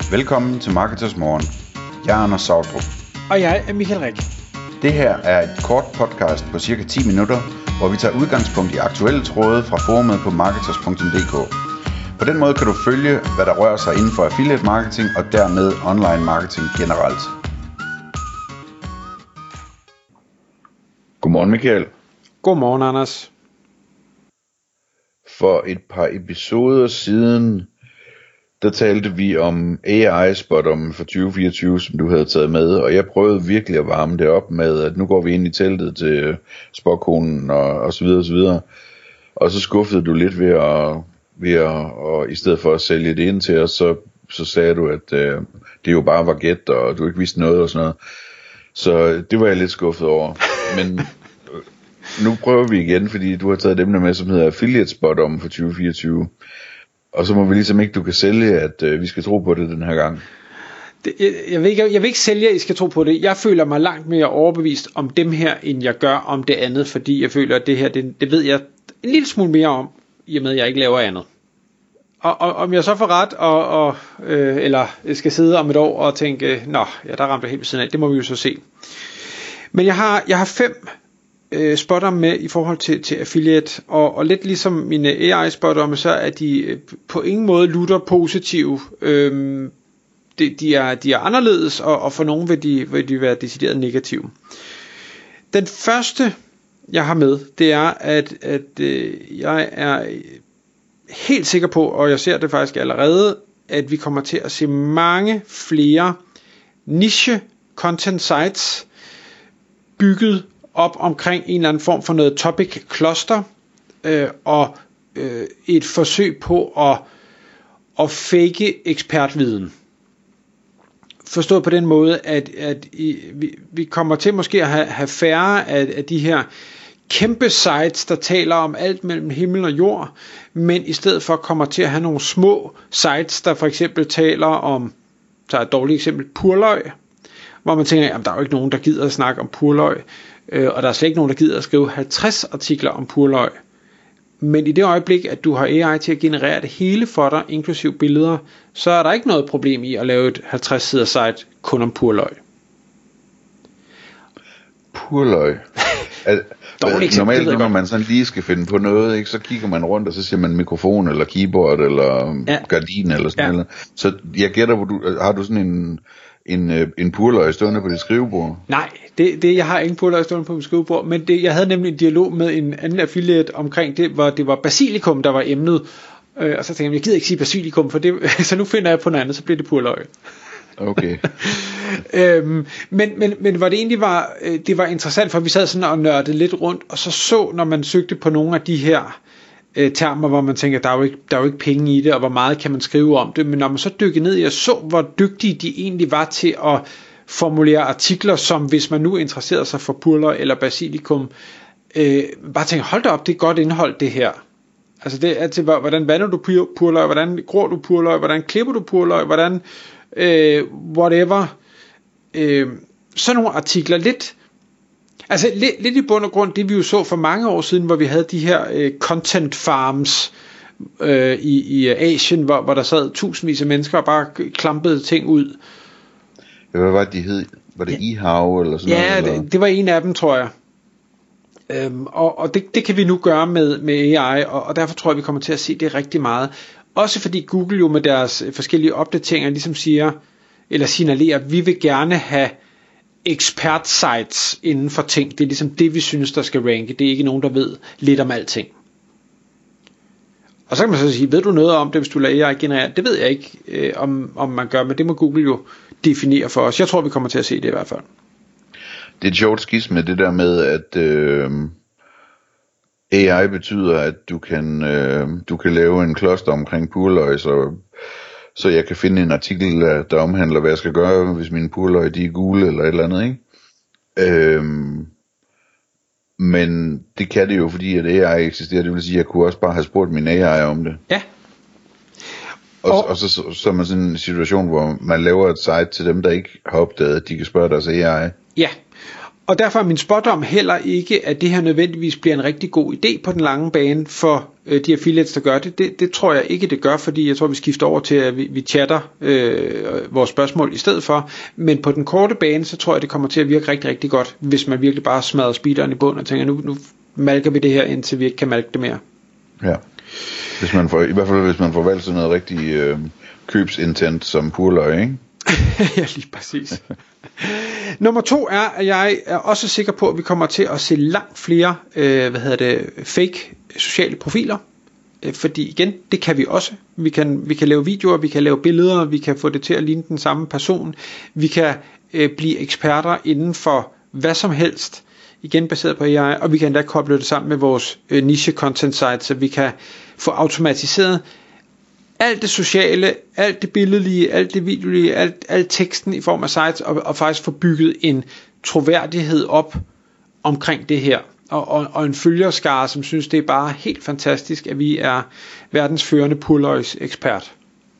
Velkommen til Marketers Morgen. Jeg er Anders Sautrup. Og jeg er Michael Rik. Det her er et kort podcast på cirka 10 minutter, hvor vi tager udgangspunkt i aktuelle tråde fra forumet på marketers.dk. På den måde kan du følge, hvad der rører sig inden for affiliate marketing og dermed online marketing generelt. Godmorgen Michael. Godmorgen Anders. For et par episoder siden, der talte vi om AI-spotdommen for 2024, som du havde taget med, og jeg prøvede virkelig at varme det op med, at nu går vi ind i teltet til spåkonen og så videre og så videre. Og så skuffede du lidt ved at i stedet for at sælge det ind til os, så sagde du, at det jo bare var gæt, og du ikke vidste noget og sådan noget. Så det var jeg lidt skuffet over. Men nu prøver vi igen, fordi du har taget dem med, som hedder Affiliate Spotdommen for 2024. Og så må vi ligesom ikke, du kan sælge, at vi skal tro på det den her gang. Jeg vil ikke sælge, at I skal tro på det. Jeg føler mig langt mere overbevist om dem her, end jeg gør om det andet, fordi jeg føler, at det her, det ved jeg en lille smule mere om, i og med, at jeg ikke laver andet. Og om jeg så får ret, eller jeg skal sidde om et år og tænke, nå, ja, der ramte jeg helt ved siden af, det må vi jo så se. Men jeg har 5 spotter med i forhold til affiliate, og lidt ligesom mine AI-spotter, så er de på ingen måde lutter positive. De er anderledes, og for nogen vil de være decideret negative. Den første, jeg har med, det er, at jeg er helt sikker på, og jeg ser det faktisk allerede, at vi kommer til at se mange flere niche content sites bygget op omkring en eller anden form for noget topic cluster, og et forsøg på at fake ekspertviden. Forstået på den måde, at vi kommer til måske at have færre af de her kæmpe sites, der taler om alt mellem himmel og jord, men i stedet for kommer til at have nogle små sites, der for eksempel taler om, så er et dårligt eksempel, purløg, hvor man tænker, at der er jo ikke nogen, der gider at snakke om purløg, og der er slet ikke nogen, der gider at skrive 50 artikler om purløg. Men i det øjeblik, at du har AI til at generere det hele for dig, inklusive billeder, så er der ikke noget problem i at lave et 50-sider site kun om purløg. Purløg? Normalt, når man sådan lige skal finde på noget, ikke, så kigger man rundt, og så siger man mikrofon, eller keyboard, eller gardin, eller sådan noget. Så jeg gætter, har du sådan en purløg stående på dit skrivebord? Nej, jeg har ingen purløg stående på mit skrivebord, men jeg havde nemlig en dialog med en anden affiliate omkring det, hvor det var basilikum, der var emnet, og så tænkte jeg gider ikke sige basilikum, for det, så nu finder jeg på noget andet, så bliver det purløg. Okay. Men hvor det egentlig var, det var interessant, for vi sad sådan og nørdede lidt rundt, og så når man søgte på nogle af de her termer, hvor man tænker, der er jo ikke penge i det, og hvor meget kan man skrive om det, men når man så dykkede ned i og så, hvor dygtige de egentlig var til at formulere artikler, som hvis man nu interesserede sig for purløg eller basilikum, bare tænker, hold da op, det er godt indhold det her. Altså det er til, hvordan vander du purløg, hvordan gror du purløg, hvordan klipper du purløg, hvordan whatever. Sådan nogle artikler, lidt i bund og grund, det vi jo så for mange år siden, hvor vi havde de her content farms i Asien, hvor der sad tusindvis af mennesker og bare klampede ting ud. Hvad var det, de hed? Var det eHow eller sådan noget? Ja, det var en af dem, tror jeg. Og det kan vi nu gøre med AI, og derfor tror jeg, vi kommer til at se det rigtig meget. Også fordi Google jo med deres forskellige opdateringer ligesom siger, eller signalerer, at vi vil gerne have ekspert-sites inden for ting. Det er ligesom det, vi synes, der skal ranke. Det er ikke nogen, der ved lidt om alting. Og så kan man så sige, ved du noget om det, hvis du lader AI generere? Det ved jeg ikke, om man gør, men det må Google jo definere for os. Jeg tror, vi kommer til at se det i hvert fald. Det er et sjovt skisme med det der med, at AI betyder, at du kan lave en cluster omkring purløg, så jeg kan finde en artikel, der omhandler, hvad jeg skal gøre, hvis mine purløg de er gule eller et eller andet, ikke? Men det kan det jo, fordi at AI eksisterer. Det vil sige, at jeg kunne også bare have spurgt min AI om det. Ja. Og så er man sådan en situation, hvor man laver et site til dem, der ikke har opdaget, at de kan spørge deres AI. Ja. Og derfor er min spådom heller ikke, at det her nødvendigvis bliver en rigtig god idé på den lange bane for de affiliates, der gør det. Det tror jeg ikke, det gør, fordi jeg tror, vi skifter over til, at vi chatter vores spørgsmål i stedet for. Men på den korte bane, så tror jeg, det kommer til at virke rigtig, rigtig godt, hvis man virkelig bare smadrer speederen i bunden og tænker, nu malker vi det her, indtil vi ikke kan malke det mere. Ja, i hvert fald hvis man får valgt sådan noget rigtig købsintent som purløg, ikke? Ja, lige præcis. Nummer 2 er, at jeg er også sikker på, at vi kommer til at se langt flere fake sociale profiler. Fordi igen, det kan vi også. Vi kan lave videoer, vi kan lave billeder, vi kan få det til at ligne den samme person. Vi kan blive eksperter inden for hvad som helst, igen baseret på AI, og vi kan endda koble det sammen med vores niche content sites, så vi kan få automatiseret alt det sociale, alt det billedlige, alt det videolige, alt teksten i form af sites, og faktisk få bygget en troværdighed op omkring det her. Og en følgerskare, som synes, det er bare helt fantastisk, at vi er verdens førende purløgs ekspert.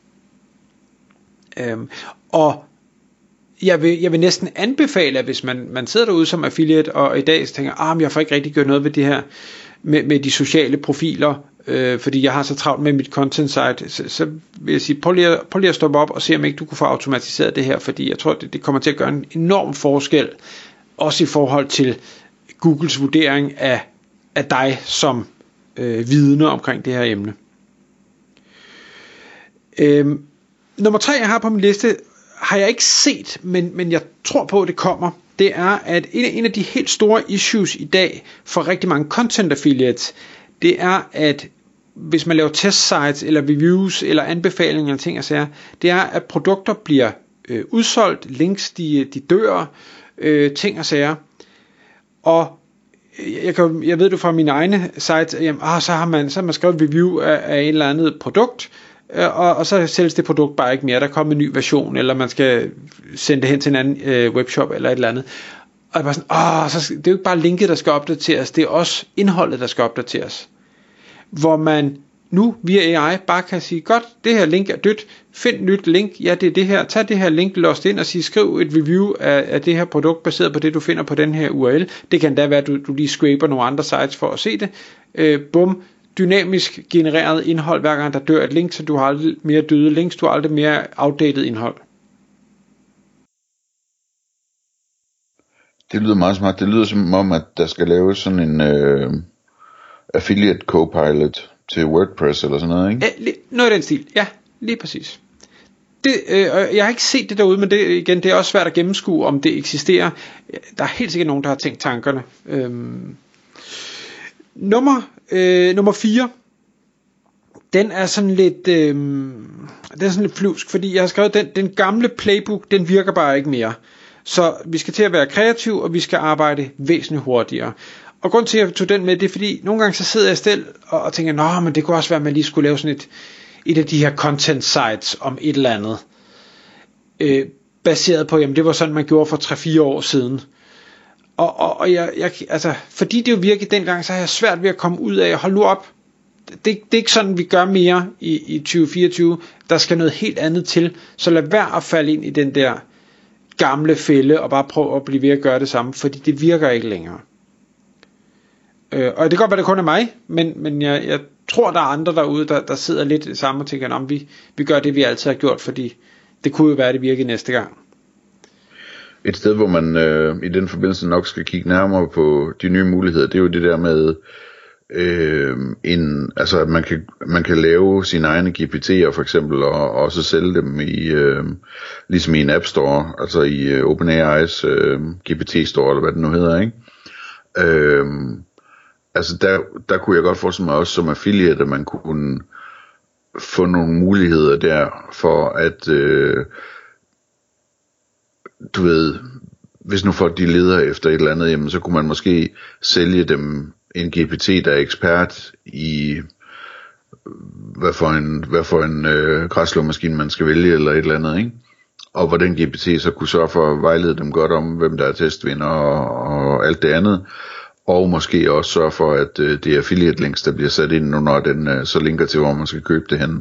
Og jeg vil næsten anbefale, at hvis man sidder derude som affiliate, og i dag tænker, men jeg får ikke rigtig gjort noget ved det her, med de sociale profiler, fordi jeg har så travlt med mit content site, så vil jeg sige, prøv lige at stoppe op og se, om ikke du kunne få automatiseret det her, fordi jeg tror, det kommer til at gøre en enorm forskel, også i forhold til Googles vurdering af dig som vidne omkring det her emne. Nummer 3, jeg har på min liste, har jeg ikke set, men jeg tror på, at det kommer. Det er, at en af de helt store issues i dag for rigtig mange content affiliates, det er, at hvis man laver test sites eller reviews eller anbefalinger eller ting og sager, det er, at produkter bliver udsolgt, links de dør, ting og sager. Og jeg ved du fra mine egne sites, så har man skrevet review af et eller andet produkt, og så sælges det produkt bare ikke mere. Der kommer en ny version, eller man skal sende det hen til en anden webshop eller et eller andet. Og jeg bare sådan, det er jo ikke bare linket, der skal opdateres, det er også indholdet, der skal opdateres. Hvor man nu via AI bare kan sige, godt, det her link er dødt, find nyt link, ja det er det her, tag det her link, lås det ind og sige, skriv et review af det her produkt, baseret på det du finder på den her URL. Det kan da være, at du lige scraper nogle andre sites for at se det. Bum, dynamisk genereret indhold, hver gang der dør et link, så du har aldrig mere døde links, du har aldrig mere outdated indhold. Det lyder meget smart. Det lyder som om, at der skal laves sådan en affiliate copilot til WordPress eller sådan noget, ikke? Noget i den stil, ja, lige præcis. Jeg har ikke set det derude, men det er også svært at gennemskue, om det eksisterer. Der er helt sikkert nogen, der har tænkt tankerne. Nummer 4, den er sådan lidt flyvsk, fordi jeg har skrevet, den gamle playbook, den virker bare ikke mere. Så vi skal til at være kreative, og vi skal arbejde væsentligt hurtigere. Og grund til at jeg tog den med, det er fordi, nogle gange så sidder jeg stille og tænker, men det kunne også være, at man lige skulle lave sådan et af de her content sites om et eller andet. Baseret på, det var sådan, man gjorde for 3-4 år siden. Og jeg altså, fordi det jo virkede dengang, så har jeg svært ved at komme ud af, hold nu op, det er ikke sådan, vi gør mere i 2024, der skal noget helt andet til, så lad være at falde ind i den der gamle fælde, og bare prøve at blive ved at gøre det samme, fordi det virker ikke længere. Og det kan godt være, det kun er mig, men jeg tror, der er andre derude, der sidder lidt det samme og tænker, vi gør det, vi altid har gjort, fordi det kunne jo være, det virker næste gang. Et sted, hvor man i den forbindelse nok skal kigge nærmere på de nye muligheder, det er jo det der med, altså at man kan lave sine egne GPT'er for eksempel, og også sælge dem i, ligesom i en App Store, altså i OpenAI's GPT Store, eller hvad det nu hedder, ikke? Altså der kunne jeg godt forestille mig også som affiliate, at man kunne få nogle muligheder der for at du ved, hvis nu folk de leder efter et eller andet, jamen, så kunne man måske sælge dem en GPT, der er ekspert i hvad for en græsslåmaskine man skal vælge eller et eller andet, ikke? Og hvor den GPT så kunne sørge for at vejlede dem godt om, hvem der er testvinder og alt det andet. Og måske også sørge for, at det er affiliate links, der bliver sat ind nu, når den så linker til, hvor man skal købe det henne.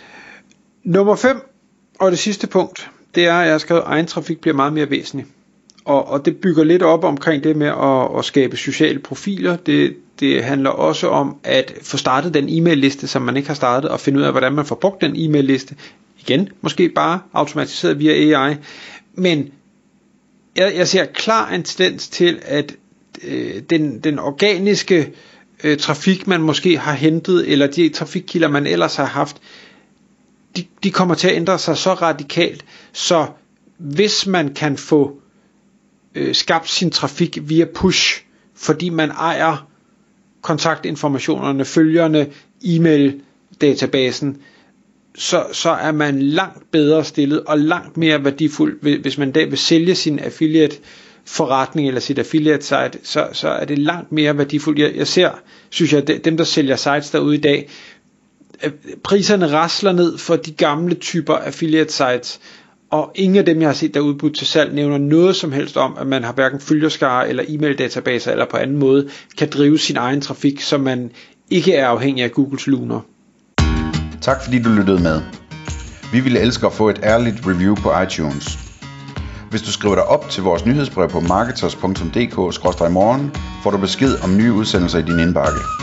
Nummer 5, og det sidste punkt, det er, at jeg har skrevet, at egen trafik bliver meget mere væsentlig. Og det bygger lidt op omkring det med at skabe sociale profiler. Det handler også om at få startet den e-mail-liste, som man ikke har startet, og finde ud af, hvordan man får brugt den e-mail-liste. Igen, måske bare automatiseret via AI. Men jeg ser klar en tendens til, at den organiske trafik, man måske har hentet, eller de trafikkilder, man ellers har haft, de kommer til at ændre sig så radikalt, så hvis man kan få skabt sin trafik via push, fordi man ejer kontaktinformationerne, følgerne, e-mail-databasen, så er man langt bedre stillet og langt mere værdifuld, hvis man da vil sælge sin affiliate forretning eller sit affiliate site, så er det langt mere værdifuldt. Jeg synes jeg, dem der sælger sites derude i dag, priserne rasler ned for de gamle typer affiliate sites, og ingen af dem jeg har set der udbudt til salg nævner noget som helst om, at man har hverken følgerskare eller e-mail-databaser eller på anden måde kan drive sin egen trafik, så man ikke er afhængig af Googles luner. Tak fordi du lyttede med. Vi ville elske at få et ærligt review på iTunes. Hvis du skriver dig op til vores nyhedsbrev på marketers.dk/morgen, får du besked om nye udsendelser i din indbakke.